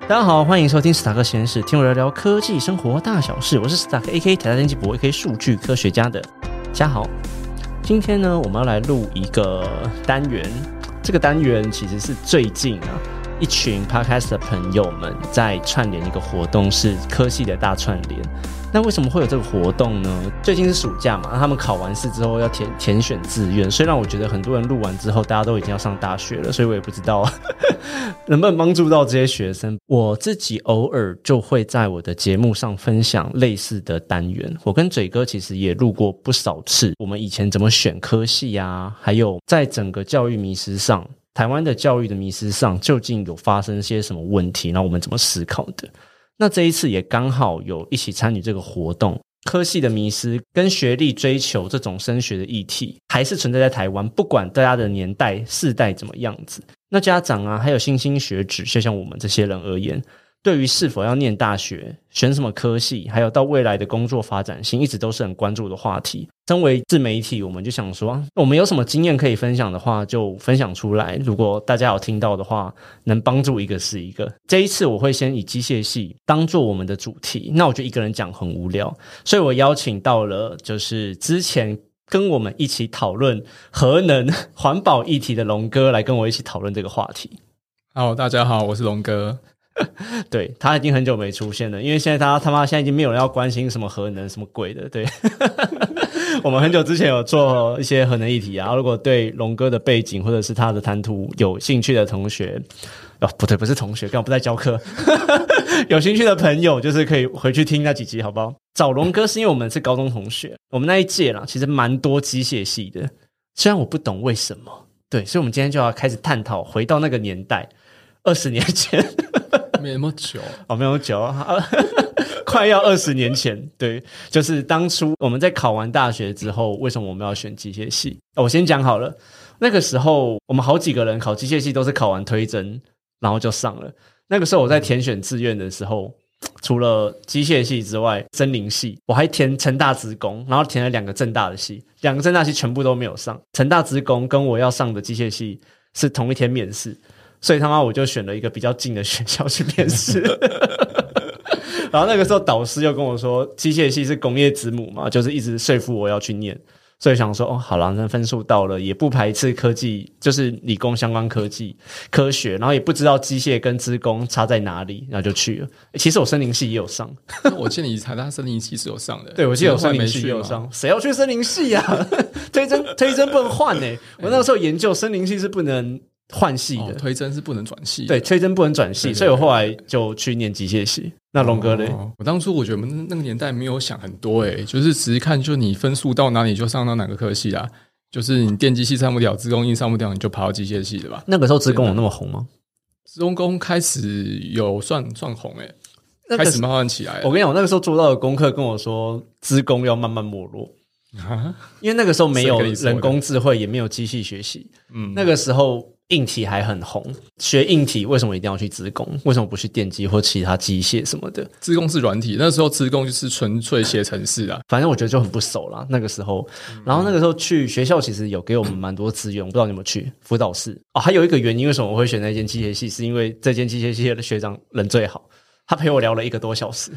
大家好，欢迎收听史塔克实验室，听我聊聊科技生活大小事。我是史塔克 AK 台大电机博 AK 数据科学家的嘉豪。今天呢，我们要来录一个单元，这个单元其实是最近一群 podcast 的朋友们在串联一个活动，是科系的大串联。那为什么会有这个活动呢？最近是暑假嘛，他们考完试之后要填选志愿，虽然我觉得很多人录完之后大家都已经要上大学了，所以我也不知道能不能帮助到这些学生。我自己偶尔就会在我的节目上分享类似的单元，我跟嘴哥其实也录过不少次，我们以前怎么选科系啊，还有在整个教育迷思上，台湾的教育的迷思上究竟有发生些什么问题，然后我们怎么思考的。那这一次也刚好有一起参与这个活动，科系的迷思跟学历追求这种升学的议题还是存在在台湾，不管大家的年代世代怎么样子。那家长啊，还有新兴学子，就像我们这些人而言，对于是否要念大学，选什么科系，还有到未来的工作发展性，一直都是很关注的话题。身为自媒体，我们就想说，我们有什么经验可以分享的话，就分享出来。如果大家有听到的话，能帮助一个是一个。这一次我会先以机械系当做我们的主题，那我就一个人讲很无聊，所以我邀请到了就是之前跟我们一起讨论核能环保议题的龙哥来跟我一起讨论这个话题。 好，大家好，我是龙哥。 对，他已经很久没出现了，因为现在他妈现在已经没有人要关心什么核能什么鬼的。对我们很久之前有做一些核能议题啊，如果对龙哥的背景或者是他的谈吐有兴趣的同学不对，不是同学，刚刚不在教课有兴趣的朋友就是可以回去听那几集好不好。找龙哥是因为我们是高中同学，我们那一届啦其实蛮多机械系的，虽然我不懂为什么。对，所以我们今天就要开始探讨回到那个年代20年前没那么久没有久快要20年前。对，就是当初我们在考完大学之后，为什么我们要选机械系？我先讲好了，那个时候我们好几个人考机械系都是考完推甄然后就上了。那个时候我在填选志愿的时候，除了机械系之外，森林系我还填成大资工，然后填了2个政大的系，2个政大系全部都没有上。成大资工跟我要上的机械系是同一天面试，所以他妈我就选了一个比较近的学校去面试然后那个时候导师又跟我说机械系是工业之母嘛，就是一直说服我要去念，所以想说好啦，那分数到了，也不排斥科技，就是理工相关科技科学，然后也不知道机械跟资工差在哪里，然后就去了。其实我森林系也有上我记得你台大森林系是有上的。 对，我记得我森林系也有上，谁要去森林系啊推甄不能换我那个时候研究森林系是不能换系的， 推甄是不能转系的。 对，推甄不能转系，对对对，所以我后来就去念机械系。那龙哥呢？ 我当初我觉得我们那个年代没有想很多就是只是看就你分数到哪里就上到哪个科系啦，就是你电机系上不了，资工硬上不了，你就跑到机械系的吧。 那个时候资工有那么红吗？ 资工开始有算红开始慢慢起来了。 我跟你讲，我那个时候做到的功课跟我说资工要慢慢没落因为那个时候没有人工智慧，也没有机器学习那个时候硬体还很红，学硬体为什么一定要去资工？为什么不去电机或其他机械什么的？ 资工是软体，那时候资工就是纯粹写程式啊。 反正我觉得就很不熟啦那个时候。然后那个时候去学校其实有给我们蛮多资源，我不知道你有没有去辅导室还有一个原因为什么我会选那间机械系，是因为这间机械系的学长人最好，他陪我聊了1个多小时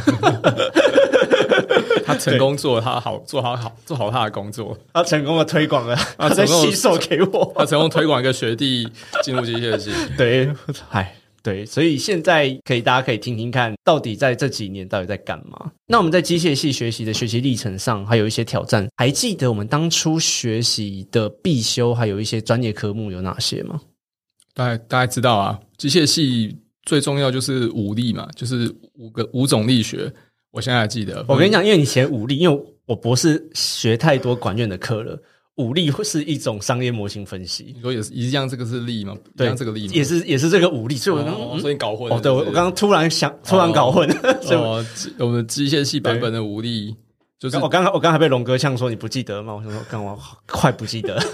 他成功做好他的工作， 他成功的推广了他在吸收给我， 他成功推广一个学弟进入机械系对，所以现在大家可以听听看到底在这几年到底在干嘛。那我们在机械系学习的学习历程上还有一些挑战，还记得我们当初学习的必修还有一些专业科目有哪些吗？ 大概知道啊，机械系最重要就是5力嘛，就是5种力学。我现在还记得。 我跟你讲，因为你写5力，因为我博士学太多管院的课了，5力是一种商业模型分析。 你说也是一样，这个是力吗？ 对， 一样这个力吗？ 也是这个5力，所以我所以你搞混了。 对，我刚刚突然搞混我们机械系版本的5力就是我刚还被龙哥呛说你不记得吗？我想说干嘛快不记得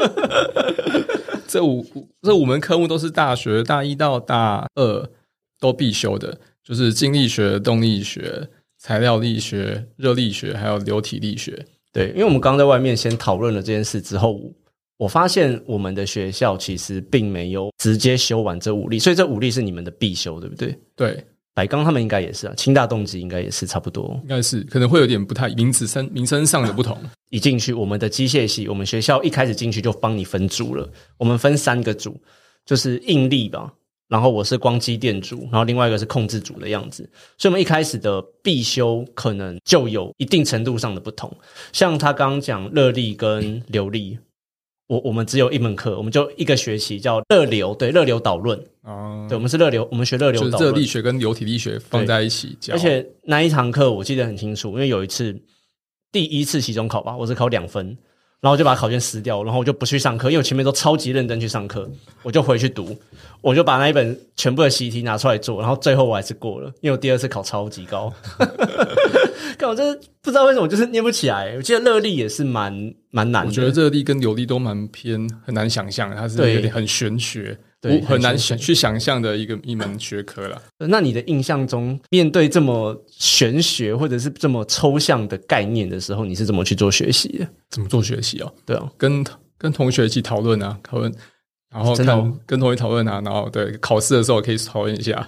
这5门科目都是大学大1到大2都必修的，就是静力学、动力学、材料力学、热力学还有流体力学。 对，因为我们刚在外面先讨论了这件事之后， 我发现我们的学校其实并没有直接修完这5例，所以这5例是你们的必修，对不对？ 对， 百刚他们应该也是啊，清大动机应该也是差不多， 应该是可能会有点不太名称上的不同。 一进去，我们的机械系，我们学校一开始进去就帮你分组了，我们分3个组，就是应力吧，然后我是光机电组，然后另外一个是控制组的样子，所以我们一开始的必修可能就有一定程度上的不同。像他刚刚讲热力跟流力，我们只有一门课，我们就一个学期叫热流，对，热流导论。对，我们是热流，我们学热流导论， 就是热力学跟流体力学放在一起教。 而且那一堂课我记得很清楚，因为有一次第1次期中考吧，我是考2分，然后我就把考卷撕掉，然后我就不去上课，因为我前面都超级认真去上课，我就回去读，我就把那一本全部的习题拿出来做，然后最后我还是过了，因为我第2次考超级高。看我真的不知道为什么就是念不起来，我记得热力也是蛮难的。 我觉得热力跟流力都蛮偏，很难想象，它是有点很玄学，对，很难去想象的一门学科啦。 那你的印象中，面对这么玄学或者是这么抽象的概念的时候，你是怎么去做学习的？ 怎么做学习哦？ 对啊， 跟同学一起讨论啊，讨论。然后跟同学讨论啊，然后对考试的时候可以讨论一下。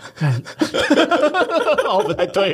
不太对。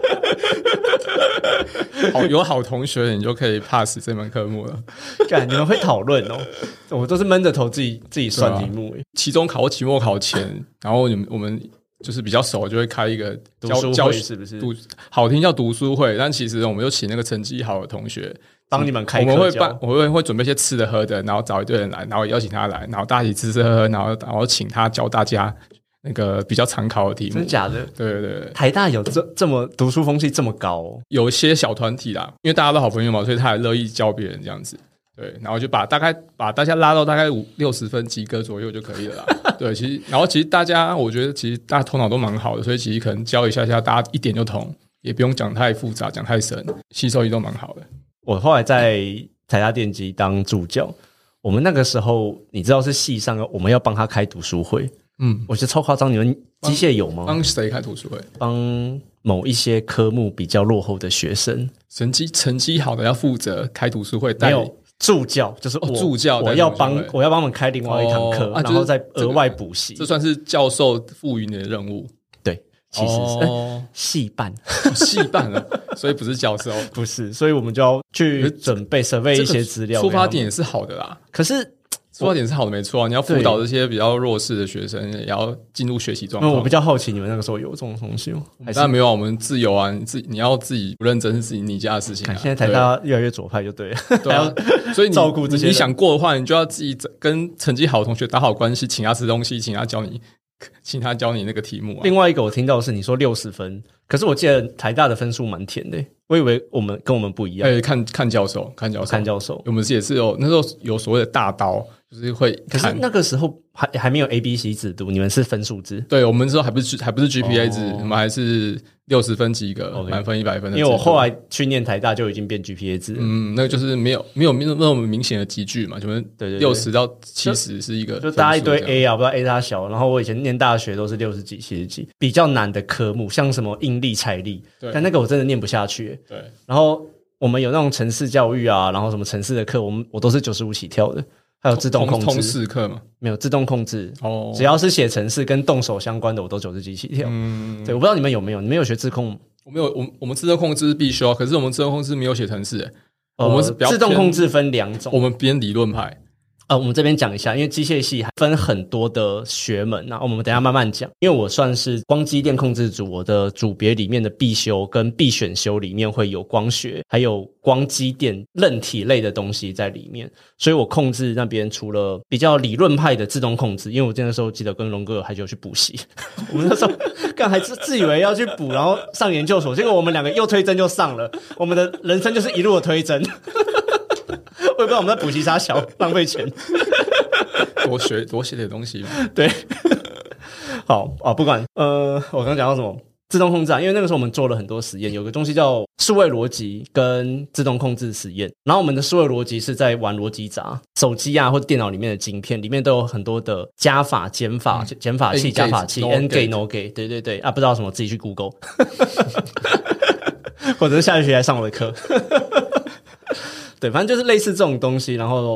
有好同学，你就可以 pass 这门科目了。 干，你们会讨论哦？我都是闷着头自己算题目。 期中考或期末考前，然后我们就是比较熟，就会开一个读书会，是不是？ 好听叫读书会，但其实我们就请那个成绩好的同学帮你们开课教。 我们会准备一些吃的喝的，然后找一堆人来，然后邀请他来，然后大家一起吃吃喝喝，然后请他教大家那个比较常考的题目。 真的假的？ 对。 台大有这么读书风气这么高哦？ 有一些小团体啦，因为大家都好朋友嘛，所以他也乐意教别人这样子。对，然后就把大家拉到大概60分及格左右就可以了啦。对，其实大家，我觉得其实大家头脑都蛮好的，所以其实可能教一下，大家一点就通，也不用讲太复杂，讲太深，吸收力都蛮好的。 我后来在台大电机当助教，我们那个时候你知道是系上我们要帮他开读书会，我觉得超夸张。你们机械有吗？ 帮谁开读书会？ 帮某一些科目比较落后的学生， 成绩好的要负责开读书会， 没有。助教就是助教， 我要帮他们开另外一堂课，然后再额外补习。 这算是教授赋予你的任务。 对，其实是系办， 系办了，所以不是教授， 不是，所以我们就要去准备准备一些资料。 出发点也是好的啦， 可是出发点是好的，没错啊。你要辅导这些比较弱势的学生，也要进入学习状况。 我比较好奇，你们那个时候有这种东西吗？ 当然没有啊，我们自由啊，你要自己不认真是你家的事情啊。 现在台大越来越左派就对了， 对啊，所以照顾这些人。 你想过的话，你就要自己跟成绩好的同学打好关系，请他吃东西，请他教你那个题目啊。 另外一个我听到的是你说60分，可是我记得台大的分数蛮甜的，我以为跟我们不一样。 看教授，我们也是那时候有所谓的大刀。就是会看， 可是那个时候还没有 ABC 制度，你们是分数制。 对，我们那时候还不是 GPA 制，我们还是60分及格，满分100分的。 因为我后来去念台大就已经变 GPA 制了。 那个就是没有那么明显的集聚嘛，就对 60到70是一个， 就大家一堆 A 啊，不知道 A 大小。然后我以前念大学都是60几、70几，比较难的科目，像什么应力、财力，但那个我真的念不下去。 对， 然后我们有那种程式教育啊，然后什么程式的课，我都是95起跳的。还有自动控制通识课嘛？ 没有自动控制哦，只要是写程式跟动手相关的，我都90几起跳。对，我不知道你们有没有？你们有学自控？ 我没有，我们自动控制是必修，可是我们自动控制没有写程式。我们是比较自动控制分2种， 我们偏理论派。 我们这边讲一下，因为机械系还分很多的学门，那我们等一下慢慢讲。因为我算是光机电控制组，我的组别里面的必修跟必选修里面会有光学，还有光机电韧体类的东西在里面，所以我控制那边除了比较理论派的自动控制，因为我那时候记得跟龙哥还有去补习，我们那时候还自以为要去补，然后上研究所，结果我们2个又推甄就上了，我们的人生就是一路的推甄。我也不知道我们在补习啥小，浪费钱。 多写点东西嘛。 对，好啊，不管我刚讲到什么自动控制啊，因为那个时候我们做了很多实验，有个东西叫数位逻辑跟自动控制实验。然后我们的数位逻辑是在玩逻辑闸，手机啊或者电脑里面的晶片里面都有很多的加法、减法、减法器、加法器 ，N gate No gate， 对啊，不知道什么自己去 Google， 或者是下学期来上我的课。对，反正就是类似这种东西，然后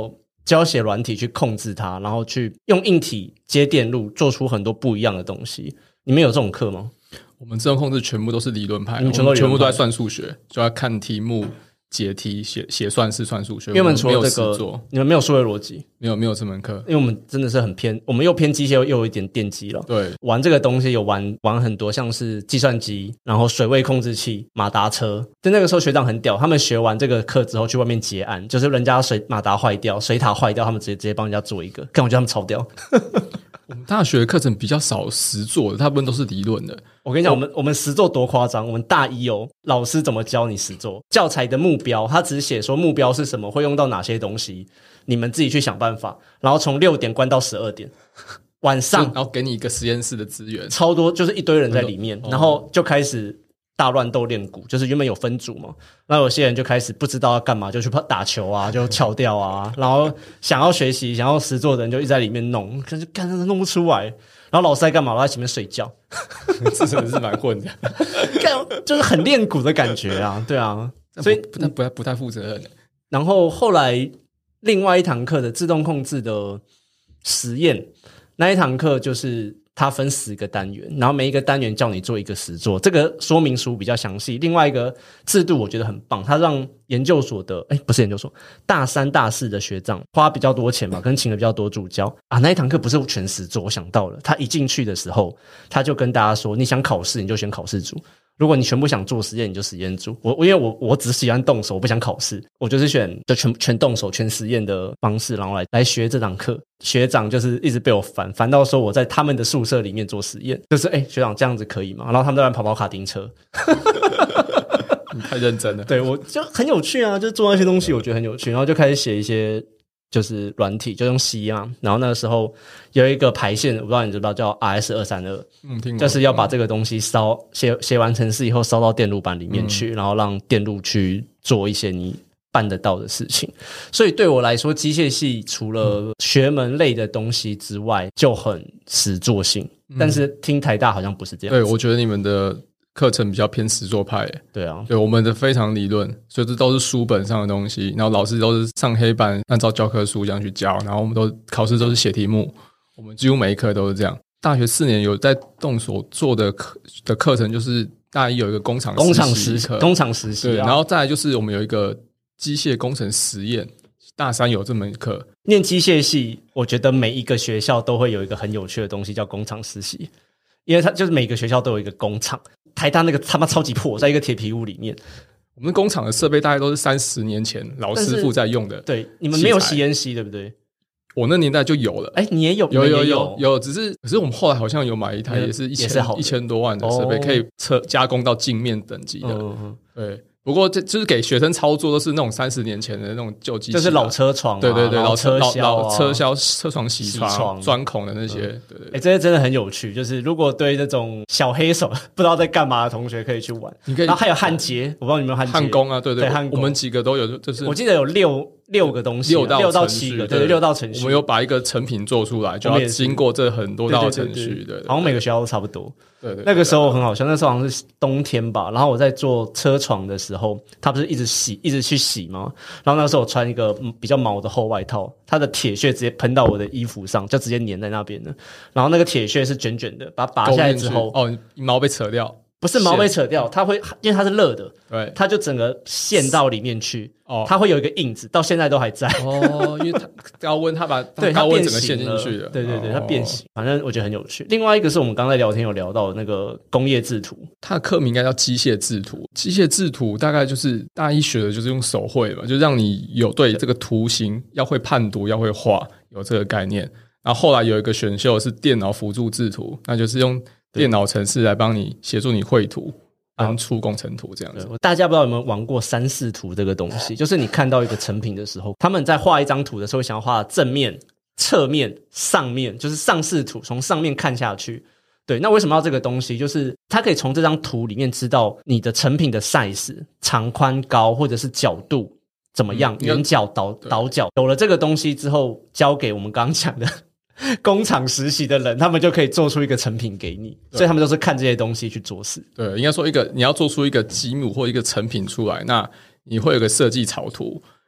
就要写软体去控制它，然后去用硬体接电路做出很多不一样的东西。你们有这种课吗？ 我们自动控制全部都是理论派， 你们全部都在算数学，就要看题目解题写算式算数学。 因为我们除了这个，你们没有数学逻辑， 没有这门课， 因为我们真的是很偏，我们又偏机械又有一点电机了。 对， 玩这个东西有玩很多，像是计算机，然后水位控制器、马达车。就那个时候学长很屌，他们学完这个课之后去外面结案，就是人家马达坏掉、水塔坏掉，他们直接帮人家做一个，看我觉得他们超屌。 我们大学的课程比较少实作的，大部分都是理论的。 我跟你讲，我们实作多夸张！我们大一老师怎么教你实作？教材的目标，他只写说目标是什么，会用到哪些东西，你们自己去想办法。然后从6点关到12点，晚上， 然后给你一个实验室的资源， 超多，就是一堆人在里面，然后就开始大乱斗练鼓，就是原本有分组嘛，然后有些人就开始不知道要干嘛，就去打球啊，就翘掉啊，然后想要学习、想要实作的人就一直在里面弄，可是干弄不出来。然后老师在干嘛？我在前面睡觉， 这真的是蛮混的， 就是很练鼓的感觉啊，对啊，所以不太负责任。 然后后来另外一堂课的自动控制的实验，那一堂课就是它分10个单元，然后每一个单元叫你做一个实作，这个说明书比较详细。另外一个制度我觉得很棒，它让研究所的不是研究所，大3大4的学长花比较多钱嘛，跟请了比较多助教啊。那一堂课不是全实作，我想到了，他一进去的时候他就跟大家说，你想考试你就选考试组，如果你全部想做实验你就实验组。因为我只喜欢动手，我不想考试，我就是选就全动手全实验的方式，然后来学这堂课。学长就是一直被我烦到说我在他们的宿舍里面做实验，就是学长这样子可以吗？然后他们在玩跑卡丁车。 你太认真了。 对，我就很有趣啊，就是做那些东西我觉得很有趣，然后就开始写一些就是软体，就用 C 啊，然后那个时候有一个排线，我不知道你知不知道，叫 RS232， 听过， 就是要把这个东西写完程式以后烧到电路板里面去，然后让电路去做一些你办得到的事情。所以对我来说，机械系除了学门类的东西之外就很实作性，但是听台大好像不是这样子。 对，我觉得你们的课程比较偏实作派。 对啊， 对，我们的非常理论，所以这都是书本上的东西，然后老师都是上黑板按照教科书这样去教，然后我们都考试都是写题目，我们几乎每一科都是这样。大学4年有在动手做的课程，就是大一有一个工厂实习课，对，然后再来就是我们有一个机械工程实验，大3有这门课。 念机械系我觉得每一个学校都会有一个很有趣的东西叫工厂实习，因为它就是每个学校都有一个工厂。台大那个他妈超级破，在一个铁皮屋里面。 我们工厂的设备大概都是30年前老师傅在用的。 对，你们没有吸烟吸对不对？ 我那年代就有了。 你也有？ 有，可是我们后来好像有买一台也是1000多万的设备，可以加工到镜面等级的。对。不过这就是给学生操作，都是那种30年前的那种旧机器， 就是老车床、 对，老车厢、 车床洗床、钻孔的那些。对， 这些真的很有趣。就是如果对这种小黑手不知道在干嘛的同学可以去玩。 你可以， 然后还有焊接，我不知道你们有焊工啊，对， 我们几个都有，就是我记得有6个东西，6到7个，对，6道程序。 我们有把一个成品做出来，就要经过这很多道程序，对， 好像每个学校都差不多。 对， 那个时候很好笑，那时候好像是冬天吧，然后我在做车床的时候，他不是一直去洗吗？然后那时候我穿一个比较毛的厚外套，它的铁屑直接喷到我的衣服上，就直接粘在那边了。然后那个铁屑是卷卷的，把它拔下来之后， 毛被扯掉。 不是毛被扯掉，它会因为它是热的， 对， 它就整个陷到里面去，它会有一个印子，到现在都还在。 因为它高温，它把高温整个陷进去了。 对，它变形，反正我觉得很有趣。另外一个是我们刚才聊天有聊到的那个工业制图， 它的课名应该叫机械制图。机械制图大概就是大一学的就是用手绘嘛，就让你有对这个图形要会判读，要会画，有这个概念。然后后来有一个选修是电脑辅助制图，那就是用电脑程式来帮你协助你绘图跟出工程图这样子。 大家不知道有没有玩过3视图这个东西，就是你看到一个成品的时候，他们在画一张图的时候想要画正面、侧面、上面，就是上视图，从上面看下去。对，那为什么要这个东西？就是它可以从这张图里面知道你的成品的 size 长宽高或者是角度怎么样，圆角倒角。有了这个东西之后，交给我们刚刚讲的工厂实习的人，他们就可以做出一个成品给你，所以他们都是看这些东西去做事。 对，应该说你要做出一个积木或一个成品出来，那你会有个设计草图，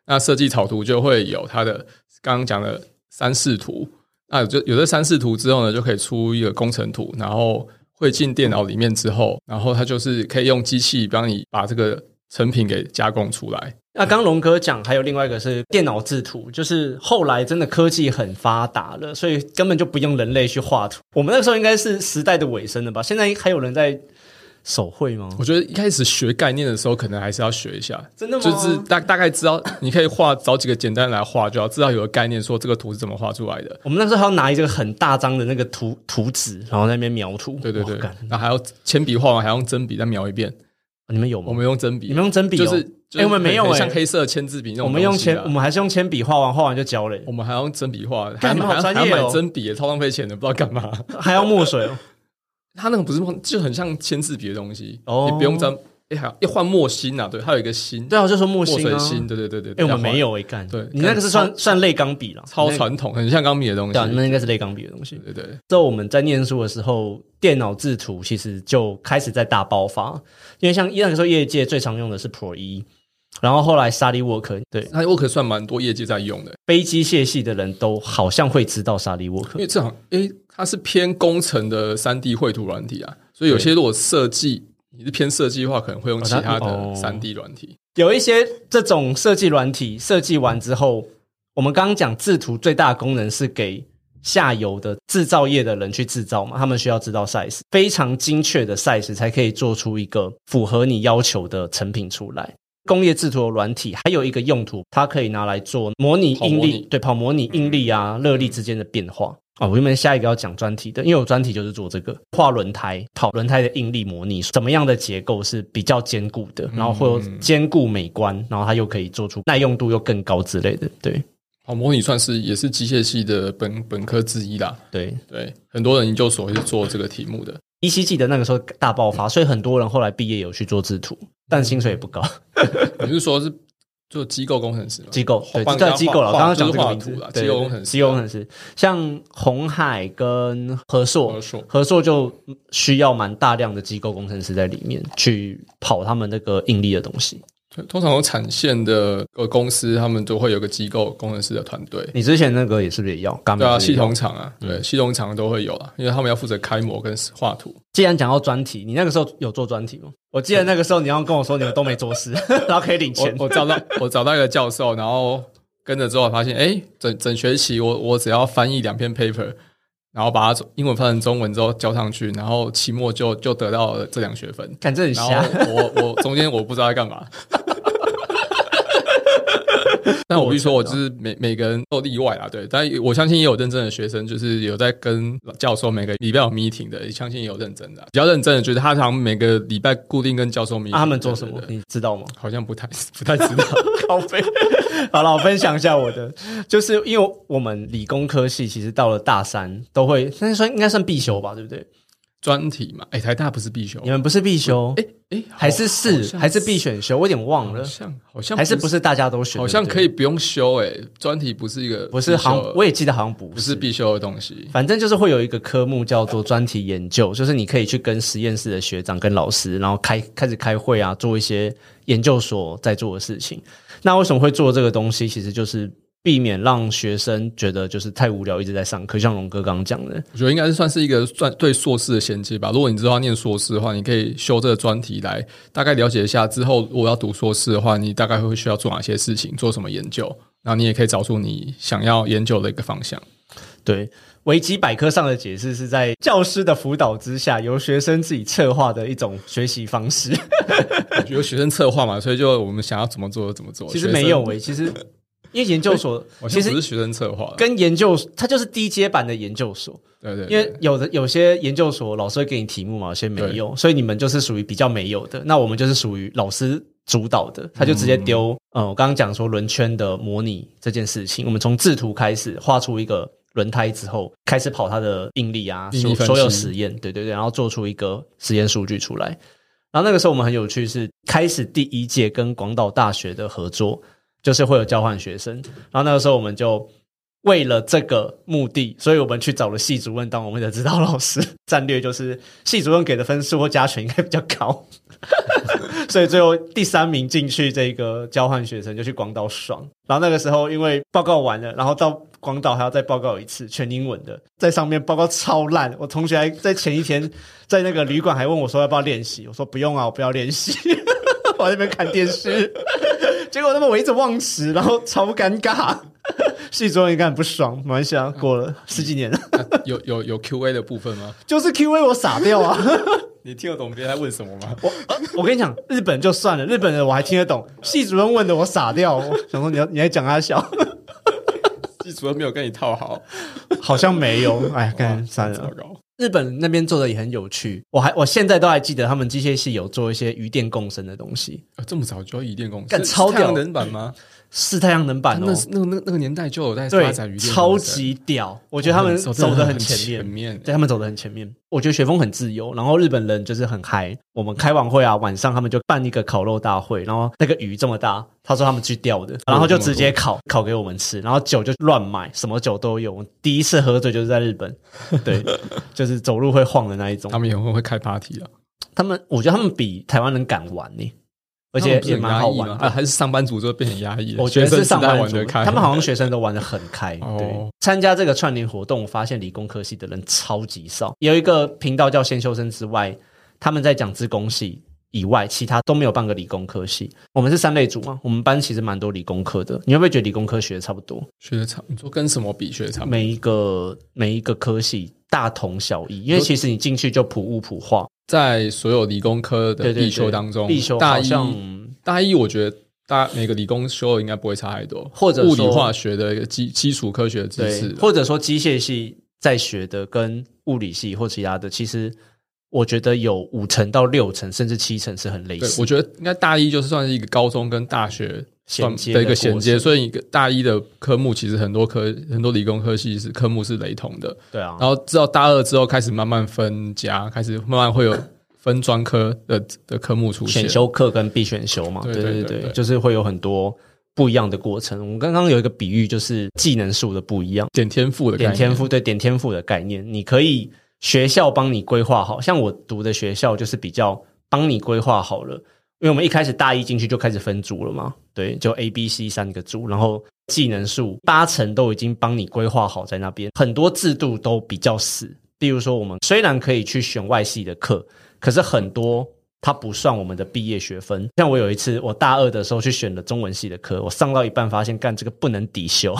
那设计草图就会有它的刚刚讲的3视图，那有这3视图之后呢，就可以出一个工程图，然后汇进电脑里面之后，然后它就是可以用机器帮你把这个成品给加工出来。 那刚龙哥讲还有另外一个是电脑制图，就是后来真的科技很发达了，所以根本就不用人类去画图。我们那个时候应该是时代的尾声了吧？现在还有人在手绘吗？ 我觉得一开始学概念的时候可能还是要学一下。 真的吗？ 就是大概知道你可以找几个简单来画就好，至少有个概念说这个图是怎么画出来的。 我们那时候还要拿一个很大张的那个图纸，然后在那边描图。 对，然后还要铅笔画完还要用真笔再描一遍。 你们有吗？ 我们用真笔。 你们用真笔哦？ 就是我们没有像黑色签字笔那种。 我们还是用铅笔画完就交了。 我们还要用真笔画， 还要买真笔，超浪费钱的，不知道干嘛。 还要墨水哦。 它那个不是就很像签字笔的东西， 哦， 你不用沾。要换墨芯啊，对，它有一个芯。 对啊，我就说墨芯啊， 墨水芯，对。 我们没有干。 对， 你那个是算类钢笔了， 超传统，很像钢笔的东西。 对，那应该是类钢笔的东西。 对。 之后我们在念书的时候，电脑制图其实就开始在大爆发，因为像那个时候业界最常用的是 Pro 1，然后后来 SolidWorks， 对 ，SolidWorks 算蛮多业界在用的， 非机械系的人都好像会知道 SolidWorks， 因为这好它是偏工程的 3D 绘图软体啊，所以有些如果设计。你是偏设计的话，可能会用其他的 3D 软体。 有一些这种设计软体设计完之后，我们刚刚讲制图最大的功能是给下游的制造业的人去制造嘛，他们需要知道 size， 非常精确的 size 才可以做出一个符合你要求的成品出来。工业制图的软体还有一个用途，它可以拿来做模拟应力，对，跑模拟应力啊、热力之间的变化。我原本下一个要讲专题的，因为我专题就是做这个画轮胎，跑轮胎的应力模拟，怎么样的结构是比较坚固的，然后会有坚固美观，然后它又可以做出耐用度又更高之类的。对， 跑模拟也是机械系的本科之一啦。 对， 很多人研究所是做这个题目的。 ECG 的那个时候大爆发，所以很多人后来毕业有去做制图，但薪水也不高。 你是说是做机构工程师吗？ 机构，对，这叫机构了。刚刚讲这个名字， 机构工程师， 机构工程师，像鸿海跟和硕就需要蛮大量的机构工程师在里面去跑他们那个应力的东西。 通常有产线的公司，他们都会有个机构工程师的团队。 你之前那个也是不是也要？ 对啊，系统厂啊，对，系统厂都会有啦，因为他们要负责开模跟画图。 既然讲到专题，你那个时候有做专题吗？我记得那个时候你要跟我说你们都没做事，然后可以领钱。 我找到一个教授，然后跟着之后发现，整学期我只要翻译2篇 paper。然后把它英文翻成中文之后交上去，然后期末就得到了这2学分。 干，这很瞎。 然后我中间我不知道在干嘛。但我必须说，我就是每个人都例外啦，对。但我相信也有认真的学生，就是有在跟教授每个礼拜有 meeting 的，相信也有认真的。比较认真的，觉得他好像每个礼拜固定跟教授 meeting。 他们做什么？你知道吗？ 好像不太知道。 靠背。好了，我分享一下我的，就是因为我们理工科系其实到了大3都会，应该算必修吧，对不对？ 专题嘛，台大不是必修， 你们不是必修？还是必选修？我有点忘了， 好像还是不是大家都选？ 好像可以不用修专题不是一个， 不是，我也记得好像不是必修的东西。 反正就是会有一个科目叫做专题研究，就是你可以去跟实验室的学长跟老师，然后开始开会啊，做一些研究所在做的事情。那为什么会做这个东西？其实就是避免让学生觉得就是太无聊，一直在上课。像龙哥刚刚讲的， 我觉得应该是算是一个对硕士的衔接吧。如果你知道要念硕士的话，你可以修这个专题来大概了解一下，之后如果要读硕士的话，你大概会需要做哪些事情，做什么研究，然后你也可以找出你想要研究的一个方向。 对，维基百科上的解释是在教师的辅导之下，由学生自己策划的一种学习方式。 由学生策划嘛，所以就我们想要怎么做就怎么做。 其实没有其实因为研究所其实不是学生策划， 跟它就是低阶版的研究所。 对， 因为有些研究所老师会给你题目嘛，有些没有，所以你们就是属于比较没有的。那我们就是属于老师主导的，他就直接丢我刚刚讲说轮圈的模拟这件事情，我们从制图开始画出一个轮胎之后，开始跑它的应力啊，所有实验，对，然后做出一个实验数据出来。然后那个时候我们很有趣，是开始第1届跟广岛大学的合作，就是会有交换学生。然后那个时候我们就为了这个目的，所以我们去找了系主任当我们的指导老师。战略就是系主任给的分数或加权应该比较高。 所以最后第3名进去这个交换学生就去广岛爽。然后那个时候因为报告完了，然后到广岛还要再报告一次，全英文的，在上面报告超烂。我同学还在前一天在那个旅馆还问我说要不要练习，我说不用啊，我不要练习，我在那边看电视。结果他们我一直忘词，然后超尴尬。系主任应该很不爽，没关系啊，过了10几年了。 有 Q&A 的部分吗？ 就是 Q&A 我傻掉啊。 你听得懂别人在问什么吗？ 我跟你讲，日本就算了，日本人我还听得懂，系主任问的我傻掉。我想说你还讲他笑。 系主任没有跟你套好， 好像没有。哎，干算了。日本那边做的也很有趣，我现在都还记得他们机械系有做一些余电共生的东西。 这么早就要余电共生， 干超屌， 太阳能板吗？ 是太阳能板哦， 那个年代就有在发展余电， 超级屌。我觉得他们走得很前面，对，他们走得很前面。我觉得学风很自由，然后日本人就是很嗨。我们开完会啊，晚上他们就办一个烤肉大会，然后那个鱼这么大，他说他们去钓的，然后就直接烤给我们吃，然后酒就乱买，什么酒都有。我第一次喝醉就是在日本，对，就是走路会晃的那一种。 他们也会开 party 啊， 我觉得他们比台湾人敢玩呢。而且也蛮好玩还是上班族就变成压抑了？ 我觉得是上班族， 他们好像学生都玩得很开。对，参加这个串联活动，我发现理工科系的人超级少。有一个频道叫先修身之外，他们在讲资工系以外，其他都没有半个理工科系。我们是3类组嘛，我们班其实蛮多理工科的。你会不会觉得理工科学的差不多？ 学的差，你说跟什么比学的差不多？ 每一个科系大同小异，因为其实你进去就普物普化。 在所有理工科的必修当中， 必修大一我觉得每个理工修的应该不会差太多， 或者物理化学的一个基础科学的知识， 或者说机械系在学的跟物理系或其他的，其实我觉得有5成到6成甚至7成是很类似。 对，我觉得应该大一就是算是一个高中跟大学的一个衔接，所以大一的科目其实很多理工科系科目是雷同的。 对啊， 然后直到大2之后开始慢慢分家，开始慢慢会有分专科的科目出现， 选修课跟必选修嘛。对，就是会有很多不一样的过程。我们刚刚有一个比喻，就是技能树的不一样， 点天赋的概念。 点天赋的概念，你可以学校帮你规划好，像我读的学校就是比较帮你规划好了。因为我们一开始大一进去就开始分组了嘛，对，就 A、B、C 3个组，然后技能数8成都已经帮你规划好在那边，很多制度都比较死。比如说我们虽然可以去选外系的课，可是很多它不算我们的毕业学分。像我有一次我大2的时候去选了中文系的课，我上到一半发现干这个不能抵修。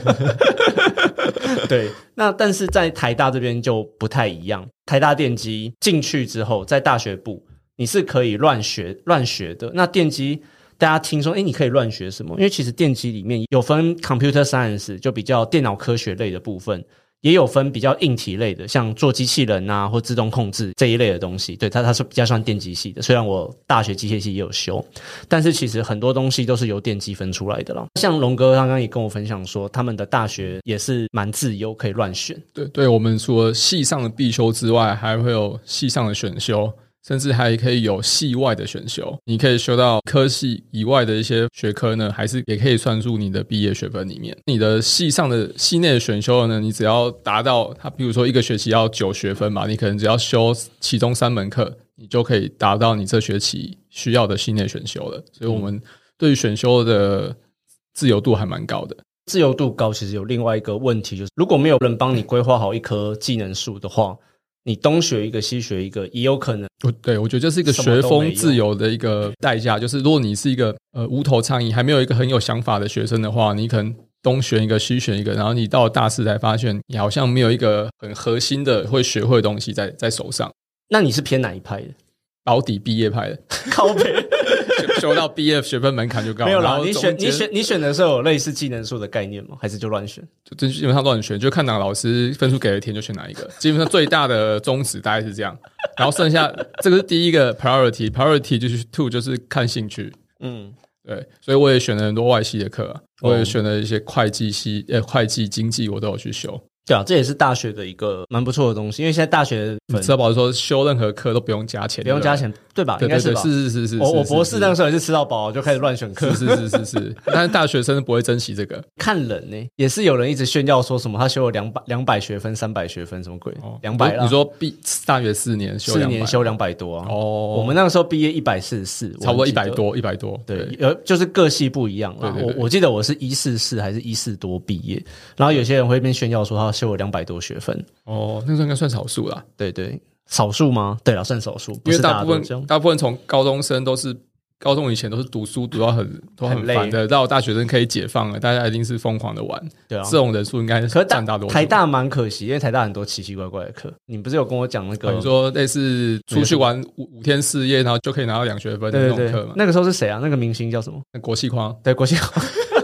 对，那但是在台大这边就不太一样，台大电机进去之后在大学部你是可以乱学的。那电机大家听说你可以乱学什么？因为其实电机里面有分 computer science 就比较电脑科学类的部分，也有分比较硬体类的，像做机器人啊或自动控制这一类的东西。对，它是比较算电机系的，虽然我大学机械系也有修，但是其实很多东西都是由电机分出来的啦。像龙哥刚刚也跟我分享说，他们的大学也是蛮自由，可以乱选。 对，我们除了系上的必修之外，还会有系上的选修，甚至还可以有系外的选修，你可以修到科系以外的一些学科呢，还是也可以算入你的毕业学分里面。你的系上的系内的选修呢，你只要达到它，比如说一个学期要9学分嘛，你可能只要修其中3门课，你就可以达到你这学期需要的系内选修了。所以我们对于选修的自由度还蛮高的。 自由度高，其实有另外一个问题，就是如果没有人帮你规划好一棵技能树的话，你东学一个西学一个也有可能。 对，我觉得这是一个学风自由的一个代价，就是如果你是一个无头苍蝇还没有一个很有想法的学生的话，你可能东选一个西选一个，然后你到了大4才发现你好像没有一个很核心的会学会的东西在手上。 那你是偏哪一派的？ 保底毕业派的。 靠北。 修到毕业学分门槛就高。 没有啦，你选的时候有类似技能树的概念吗？还是就乱选？ 就基本上乱选，就看哪个老师分数给了填就选哪一个。基本上最大的宗旨大概是这样，然后剩下这个是第一个 priority 就是 2 就是看兴趣。对，所以我也选了很多外系的课，我也选了一些会计系、会计、经济我都有去修。 对啊，这也是大学的一个蛮不错的东西，因为现在大学吃到饱说修任何课都不用加钱， 不用加钱，对吧？ 对对对， 应该是吧？ 是。 我博士那个时候也是吃到饱就开始乱选课， 是，但是大学生不会珍惜这个。 看人呢，也是有人一直炫耀说什么他修了200学分、300学分，什么鬼？200啦？ 你说大学4年修 4年修200多啊？ 哦， 我们那个时候毕业144， 差不多100多。 对，就是各系不一样啦。我记得我是144还是140多毕业，然后有些人会边炫耀说他修了200多学分。 哦，那时候应该算少数啦。 对对，少数吗？对啦，算少数， 因为大部分从高中生高中以前都是读书读到都很烦的，到大学生可以解放了，大家一定是疯狂的玩。对啊，这种人数应该是占大多数。 台大蛮可惜，因为台大很多奇奇怪怪的课。你不是有跟我讲那个？ 你说类似出去玩5天4夜，然后就可以拿到2学分的那种课嘛？ 那个时候是谁啊？那个明星叫什么？ 国际框。 对，国际框。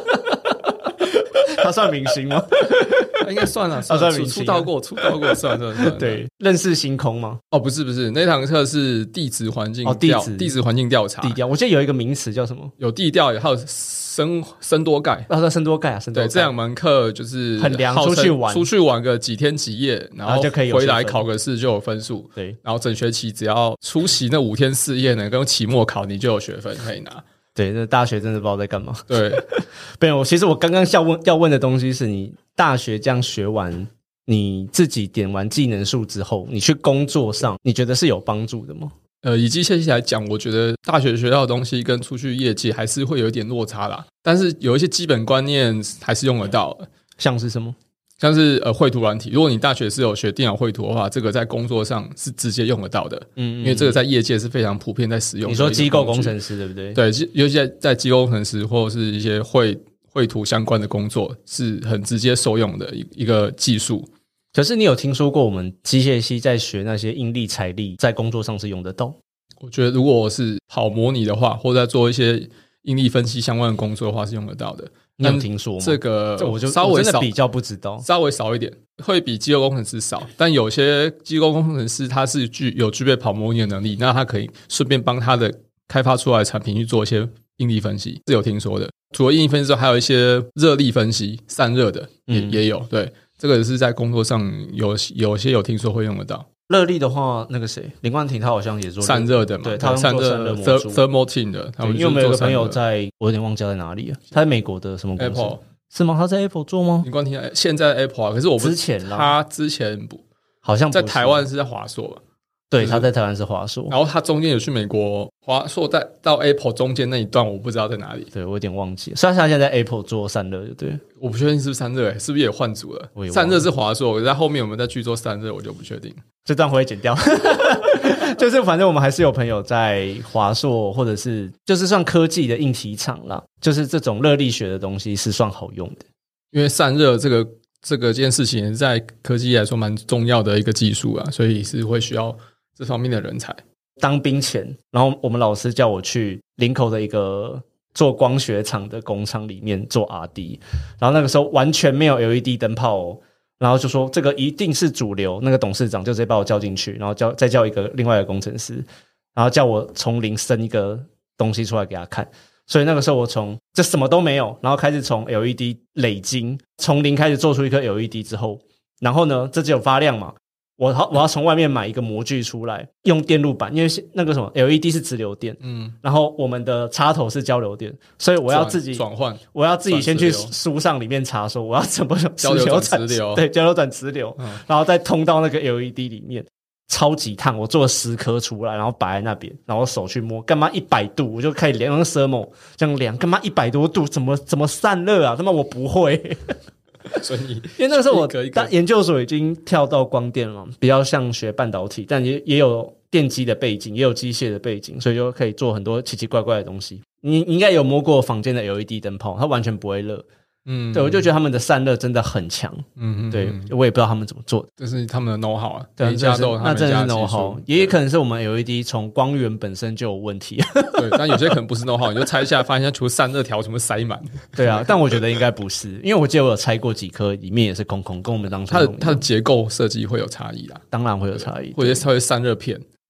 他算明星吗？ 应该算了， 算明星， 出道过，算。 对，认识星空吗？ 哦，不是，那堂课是地质环境地质环境调查。 地调，我记得有一个名词叫什么？ 有地调，还有深多盖。 深多盖啊， 对，这2门课就是很凉， 出去玩个几天几夜，然后就可以回来考个试就有分数。 对， 然后整学期只要出席那5天4夜呢，跟期末考你就有学分可以拿。 对，那大学真的不知道在干嘛。 对， 其实我刚刚要问的东西是你大学这样学完，你自己点完技能树之后，你去工作上，你觉得是有帮助的吗？ 以机械系来讲，我觉得大学学到的东西跟出去业界还是会有一点落差啦。但是有一些基本观念还是用得到的。 像是什么？ 像是绘图软体，如果你大学是有学电脑绘图的话，这个在工作上是直接用得到的。因为这个在业界是非常普遍在使用的。 你说机构工程师对不对？ 对，尤其在机构工程师或者是一些绘图相关的工作，是很直接受用的一个技术。 可是你有听说过我们机械系在学那些应力财力在工作上是用得到？ 我觉得如果我是跑模拟的话，或者在做一些应力分析相关的工作的话，是用得到的。 你有听说吗？ 这个我就稍微真的比较不知道， 稍微少一点，会比机构工程师少。但有些机构工程师他是具备跑模拟的能力，那他可以顺便帮他的开发出来的产品去做一些应力分析，是有听说的。除了应力分析之后，还有一些热力分析、散热的也有。对，这个是在工作上有些有听说会用得到。 热力的话，那个谁，林冠廷他好像也做散热的嘛， 对，他散热 thermal team 的，他们因为我们有个朋友在，我有点忘记在哪里了，他在美国的什么公司 Apple 是吗？他在 Apple 做吗？ 林冠廷现在 Apple 啊，可是我不之前啦， 他之前不好像不在台湾是在华硕吧？ 对，他在台湾是华硕， 然后他中间有去美国华硕到 Apple 中间那一段我不知道在哪里， 对我有点忘记了。所以他现在在 Apple 做散热，对， 我不确定是不是散热，是不是也换组了？散热是华硕，可是在后面我们再去做散热，我就不确定。 这段会剪掉，就是反正我们还是有朋友在华硕，或者是就是算科技的硬体厂啦，就是这种热力学的东西是算好用的， 因为散热这个件事情在科技来说蛮重要的一个技术啊，所以是会需要这方面的人才。 当兵前，然后我们老师叫我去林口的一个做光学厂的工厂里面做 R&D， 然后那个时候完全没有 LED 灯泡哦，然后就说这个一定是主流，那个董事长就直接把我叫进去，然后再叫另外一个工程师，然后叫我从零生一个东西出来给他看。所以那个时候我从这什么都没有，然后开始从 LED 累积，从零开始做出一颗 LED 之后，然后呢，这只有发亮嘛，我要从外面买一个模具出来，用电路板，因为那个什么 LED 是直流电，然后我们的插头是交流电，所以我要自己转换， 我要自己先去书上里面查说我要怎么交流转直流， 对，交流转直流，然后再通到那个 LED 里面。超级烫，我做了10颗出来，然后摆在那边，然后手去摸，干嘛100度，我就开始量那个 thermal 这样量，干嘛100多度，怎么散热啊？他妈我不会。 所以因为那个时候我研究所已经跳到光电了，比较像学半导体，但也有电机的背景，也有机械的背景，所以就可以做很多奇奇怪怪的东西。你应该有摸过坊间的 LED 灯泡，它完全不会热。对，我就觉得他们的散热真的很强。对，我也不知道他们怎么做的， 这是他们的 know how 啊， 对， 每家都有他们那真的是家的 know 技 how， 术， 也可能是我们 LED 从光源本身就有问题。 对，但有些可能不是 know how， 你就拆下来发现除了散热条全部塞满。 对啊，但我觉得应该不是，因为我记得我有拆过几颗，里面也是空空，跟我们当初它的结构设计会有差异啦， 当然会有差异， 或者稍微散热片。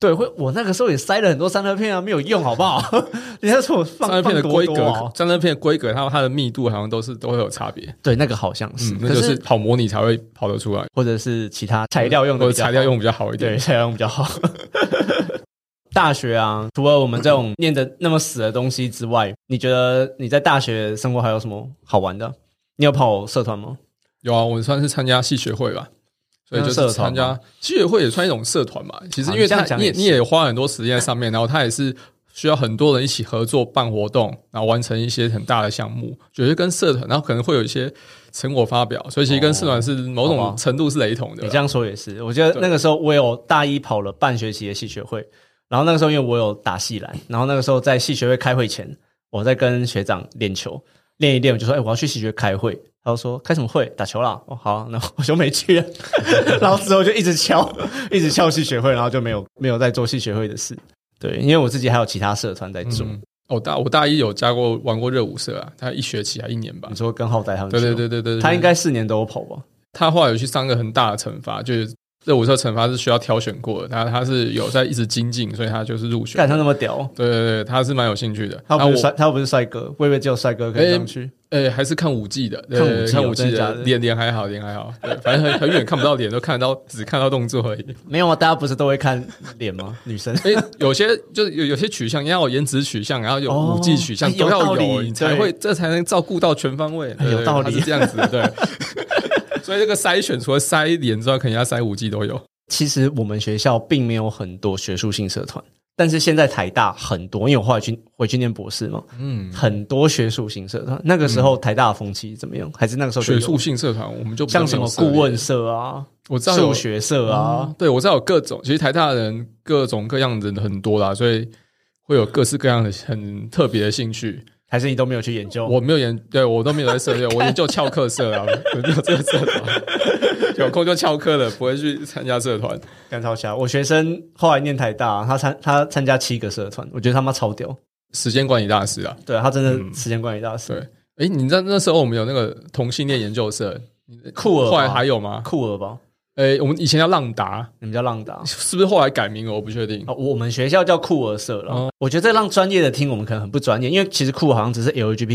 对，我那个时候也塞了很多散热片啊，没有用，好不好？你要说我放散热片的规格， 放多散热片的规格，它的密度好像都会有差别。 对，那个好像是， 那就是跑模拟才会跑得出来， 或者是其他材料用的， 或者材料用比较好一点， 对，材料用比较好。大学啊，除了我们这种念的那么死的东西之外，你觉得你在大学生活还有什么好玩的？你有跑社团吗？ 有啊，我算是参加系学会吧，所以就是参加系学会也算一种社团嘛。其实因为你也花很多时间在上面，然后它也是需要很多人一起合作办活动，然后完成一些很大的项目，觉得跟社团，然后可能会有一些成果发表，所以其实跟社团是某种程度是雷同的。 你这样说也是，我觉得那个时候我有大一跑了半学期的系学会。然后那个时候因为我有打系篮，然后那个时候在系学会开会前，我在跟学长练球，练一练我就说我要去系学会开会，他就说开什么会？打球啦。好，那我就没去了。然后之后就一直翘系学会，然后就没有再做系学会的事。对，因为我自己还有其他社团在做。 我大一有玩过热舞社啊，他1学期还1年吧。 你说跟浩代他们？ 对， 他应该4年都有跑吧？ 他后来有去上个很大的惩罚，就是热舞社惩罚是需要挑选过的，他是有在一直精进，所以他就是入选。 看他那么屌， 对，他是蛮有兴趣的。 他不是帅哥，我以为只有帅哥可以上去。 还是看舞技的，看舞技的，脸还好，对，反正很远看不到脸，都只看到动作而已。 没有啊，大家不是都会看脸吗？女生有些就是有些取向，你要有颜值取向，然后有舞技取向，都要有，你才能照顾到全方位。 有道理， 是这样子的，对。所以这个筛选除了筛脸之外，肯定要筛舞技都有。 其实我们学校并没有很多学术性社团，但是现在台大很多，因为我后来回去念博士嘛，很多学术性社团。那个时候台大的风气怎么样？还是那个时候学术性社团我们就像什么顾问社啊， 我知道数学社啊， 对，我知道有各种。其实台大的人各种各样的人很多啦，所以会有各式各样的很特别的兴趣。 还是你都没有去研究？ 我没有对我都没有在社队，我研究翘课社啊，我没有这个社团，有空就翘课了，不会去参加社团。 干超瞎！我学生后来念台大，他参加7个社团，我觉得他妈超屌， 时间管理大师啊！ 对，他真的时间管理大师。 对，你知道那时候我们有那个同性恋研究社， 酷儿， 后来还有吗？ 酷儿吧。 我们以前叫浪达， 你们叫浪达， 是不是后来改名了？我不确定。 我们学校叫酷儿社了。我觉得这让专业的听我们可能很不专业，因为其实酷儿好像只是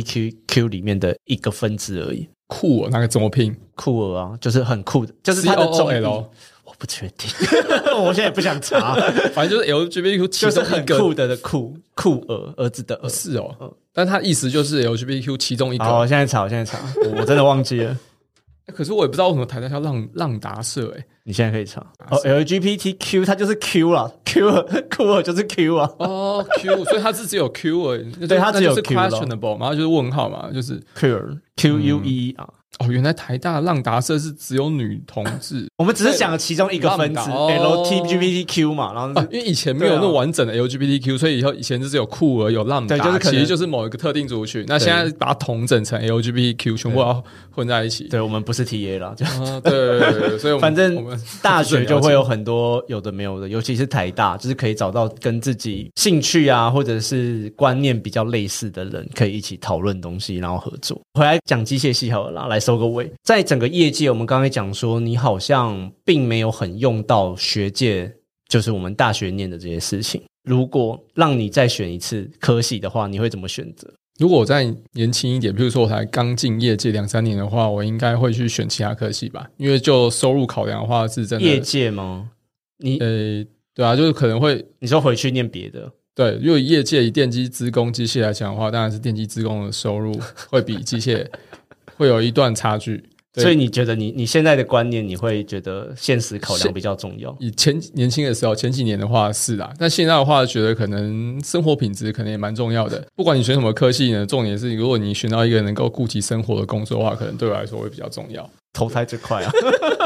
LGBTQ 里面的一个分支而已。 酷儿那个怎么拼？ 酷儿啊，就是很酷的，就是它的中译。我不确定，我现在也不想查。 反正就是 LGBTQ 就是很酷的酷儿，儿子的儿。 是哦，但它意思就是 LGBTQ 其中一个。 好，我现在查，我真的忘记了。 可是我也不知道为什么台大叫浪达社你现在可以查LGBTQ 它就是 Q 啦 ，Q 就是 Q 啊 Q， 所以它是只有 Q 而已， 对，它只有 Q questionable 嘛，就是问号嘛，就是 QUE 啊。 原来台大浪达社是只有女同志， 我们只是讲了其中一个分支 LGBTQ 嘛，然后因为以前没有那么完整的 LGBTQ， 所以以前就只有酷儿有浪达， 对， 其实就是某一个特定族群。那现在把它统整成 LGBTQ， 全部要混在一起。 对，我们不是 TA 啦， 对，所以反正大学就会有很多有的没有的，尤其是台大，就是可以找到跟自己兴趣啊或者是观念比较类似的人，可以一起讨论东西，然后合作。回来讲机械系好了啦，来收个尾。在整个业界，我们刚才讲说，你好像并没有很用到学界，就是我们大学念的这些事情。如果让你再选一次科系的话，你会怎么选择？ 如果我再年轻一点，比如说我才刚进业界2-3年的话，我应该会去选其他科系吧，因为就收入考量的话是真的。 业界吗？ 对啊，就是可能会你说回去念别的。 对，如果业界以电机资工机械来讲的话，当然是电机资工的收入会比机械会有一段差距。 所以你觉得你现在的观念，你会觉得现实考量比较重要？ 以年轻的时候，前几年的话是啦，但现在的话，觉得可能生活品质可能也蛮重要的。不管你选什么科系呢，重点是如果你选到一个能够顾及生活的工作的话，可能对我来说会比较重要。 投胎最快啊！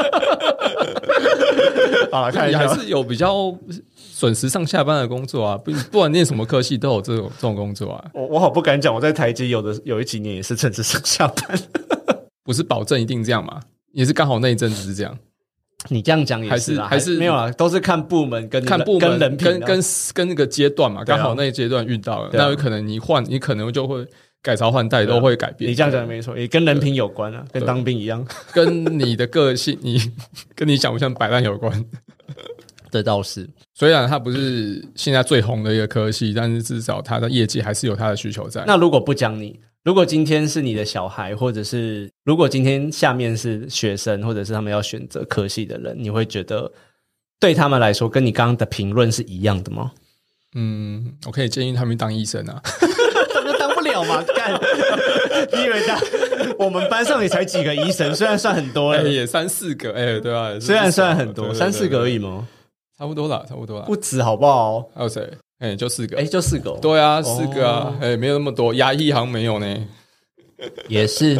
好了，看一下， 还是有比较准时上下班的工作啊，不管念什么科系都有这种工作啊。 我好不敢讲，我在台积有几年也是准时上下班。 不是保证一定这样嘛，也是刚好那一阵子是这样。 你这样讲也是啦，还是没有啦，都是看部门跟人品跟那个阶段嘛，刚好那一阶段遇到了，那有可能你可能就会改朝换代，都会改变。 你这样讲没错，也跟人品有关啊，跟当兵一样， 跟你的个性，跟你想不像摆烂有关。 这倒是。 虽然它不是现在最红的一个科系，但是至少它的业绩还是有它的需求在。 那如果不讲你，如果今天是你的小孩，或者是如果今天下面是学生，或者是他们要选择科系的人，你会觉得对他们来说跟你刚刚的评论是一样的吗？ 我可以建议他们当医生啊。 他们就当不了嘛，干你以为我们班上也才几个医生，虽然算很多了， 也3-4个，对啊， 虽然算很多，3-4个而已吗？ 差不多啦， 不止好不好？ 还有谁？就4个， 就4个哦。 对啊，4个啊，没有那么多，牙医好像没有呢。 也是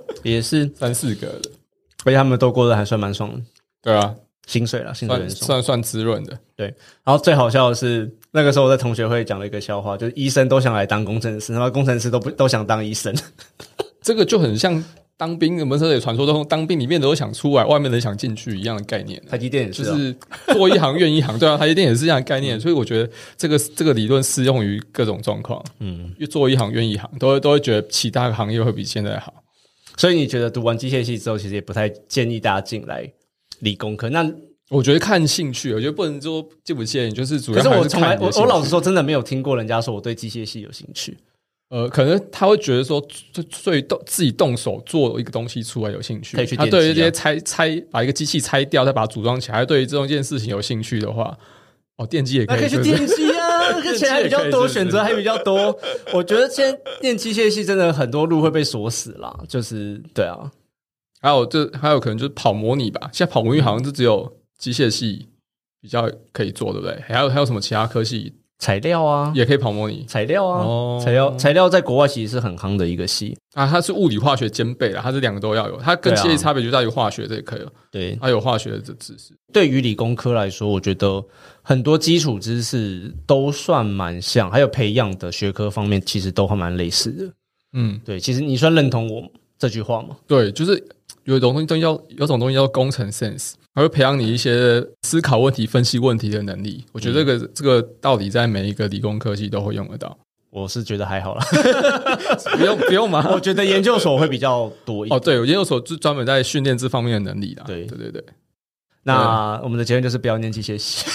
3-4个的， 而且他们都过得还算蛮爽的。 对啊， 薪水很爽， 算滋润的。 对，然后最好笑的是，那个时候我在同学会讲了一个笑话，就是医生都想来当工程师，然后工程师都想当医生。 这个就很像当兵，我们这里传说中当兵里面的都想出来，外面的想进去一样的概念。 台积电也是， 就是做一行怨一行，对啊，台积电也是这样的概念。所以我觉得这个理论适用于各种状况。越做一行怨一行，都会觉得其他行业会比现在好。 所以你觉得读完机械系之后，其实也不太建议大家进来理工科？那我觉得看兴趣，我觉得不能说介不介意，就是主要可是我从来我老实说，真的没有听过人家说我对机械系有兴趣。 可能他会觉得说，对自己动手做一个东西出来有兴趣， 可以去他对于这些拆把一个机器拆掉，再把它组装起来，对于这件事情有兴趣的话，电机也可以， 那可以去电机啊，钱还比较多，选择还比较多。我觉得现在电机械系真的很多路会被锁死啦，就是对啊。 还有可能就是跑模拟吧，现在跑模拟好像就只有机械系比较可以做，对不对？还有什么其他科系？ 材料啊， 也可以跑模拟。 材料啊，材料在国外其实是很夯的一个系啊，它是物理化学兼备的，它是2个都要有。它跟机械差别就在于化学这一科有， 对， 它有化学的知识。 对于理工科来说，我觉得很多基础知识都算蛮像，还有培养的学科方面其实都还蛮类似的。对，其实你算认同我这句话吗？ 对，就是有种东西叫工程 sense。还会培养你一些思考问题、分析问题的能力。我觉得这个道理在每一个理工科系都会用得到。 我是觉得还好啦， 不用吗？ 我觉得研究所会比较多一点。 对，研究所就专门在训练这方面的能力啦。对。 那我们的结论就是不要念机械系，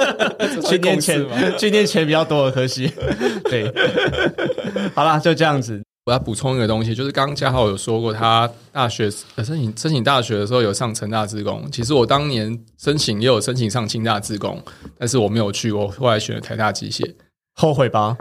去念钱比较多的科系。对，好啦，就这样子。 我要补充一个东西，就是刚刚嘉豪有说过，他大学申请大学的时候有上成大资工。其实我当年也有申请上清大资工，但是我没有去，我后来选了台大机械。 后悔吧？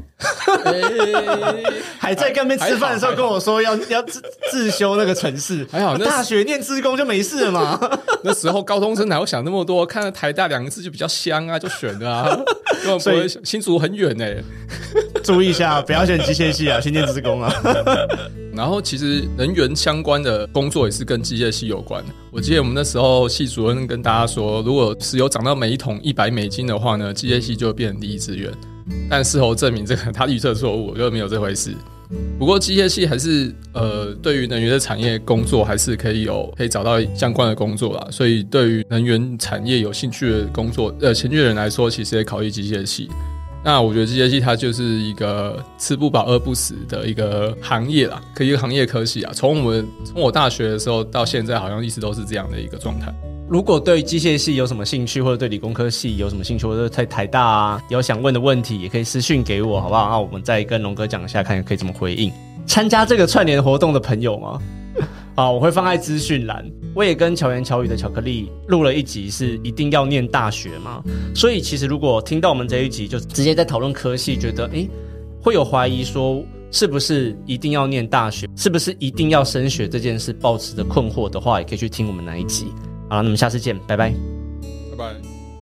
还在跟边吃饭的时候跟我说要自修那个程式， 还好大学念资工就没事了嘛。 那时候高中生哪有想那么多，看到台大2个字就比较香啊，就选了啊，根本不会新竹很远注意一下，不要选机械系啊，先念资工啊。 然后其实能源相关的工作也是跟机械系有关的。我记得我们那时候系主任跟大家说，如果石油涨到每一桶$100的话呢，机械系就会变成第一志愿。但事后证明这个他预测错误，我觉得没有这回事。不过机械系还是对于能源的产业工作还是可以找到相关的工作啦。所以对于能源产业有兴趣的工作兴趣的人来说，其实也考虑机械系。那我觉得机械系它就是一个吃不饱饿不死的一个行业啦，一个行业科系啊。从我大学的时候到现在，好像一直都是这样的一个状态。 如果对机械系有什么兴趣，或者对理工科系有什么兴趣，或者在台大啊有想问的问题，也可以私讯给我，好不好？那我们再跟龙哥讲一下，看可以怎么回应。参加这个串联活动的朋友吗？好，我会放在资讯栏。我也跟巧言巧语的巧克力录了一集，是一定要念大学嘛？所以其实如果听到我们这一集，就直接在讨论科系，觉得会有怀疑说是不是一定要念大学，是不是一定要升学这件事抱持的困惑的话，也可以去听我们那一集。好了，那么下次见，拜拜。 拜拜。